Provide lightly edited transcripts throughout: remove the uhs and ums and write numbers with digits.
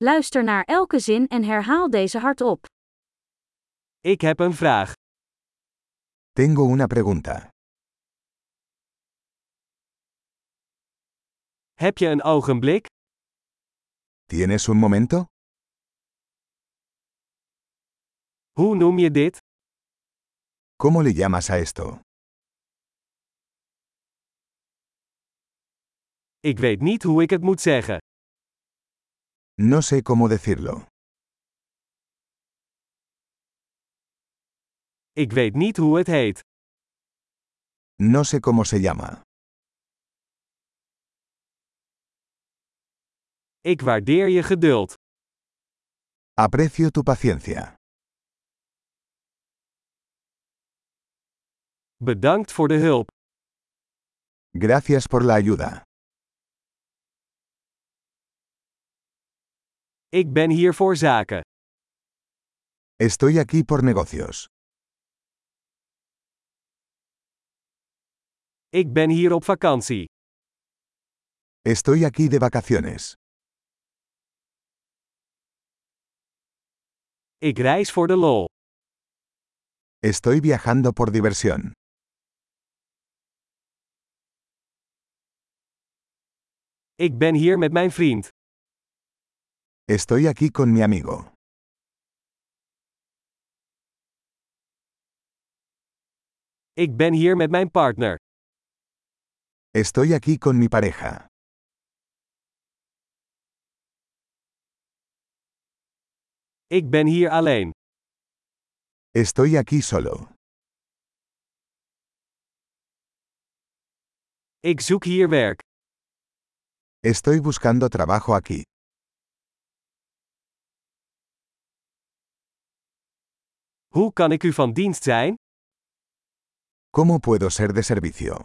Luister naar elke zin en herhaal deze hardop. Ik heb een vraag. Tengo una pregunta. Heb je een ogenblik? ¿Tienes un momento? Hoe noem je dit? ¿Cómo le llamas a esto? Ik weet niet hoe ik het moet zeggen. No sé cómo decirlo. Ik weet niet hoe het heet. No sé cómo se llama. Ik waardeer je geduld. Aprecio tu paciencia. Bedankt voor de hulp. Gracias por la ayuda. Ik ben hier voor zaken. Estoy aquí por negocios. Ik ben hier op vakantie. Estoy aquí de vacaciones. Ik reis voor de lol. Estoy viajando por diversión. Ik ben hier met mijn vriend. Estoy aquí con mi amigo. Ik ben hier met mijn partner. Estoy aquí con mi pareja. Ik ben hier alleen. Estoy aquí solo. Ik zoek hier werk. Estoy buscando trabajo aquí. Hoe kan ik u van dienst zijn? ¿Cómo puedo ser de servicio?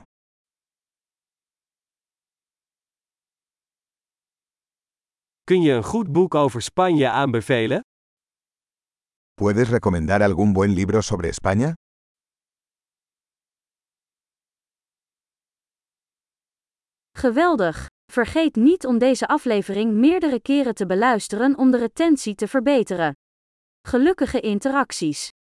Kun je een goed boek over Spanje aanbevelen? ¿Puedes recomendar algún buen libro sobre España? Geweldig! Vergeet niet om deze aflevering meerdere keren te beluisteren om de retentie te verbeteren. Gelukkige interacties!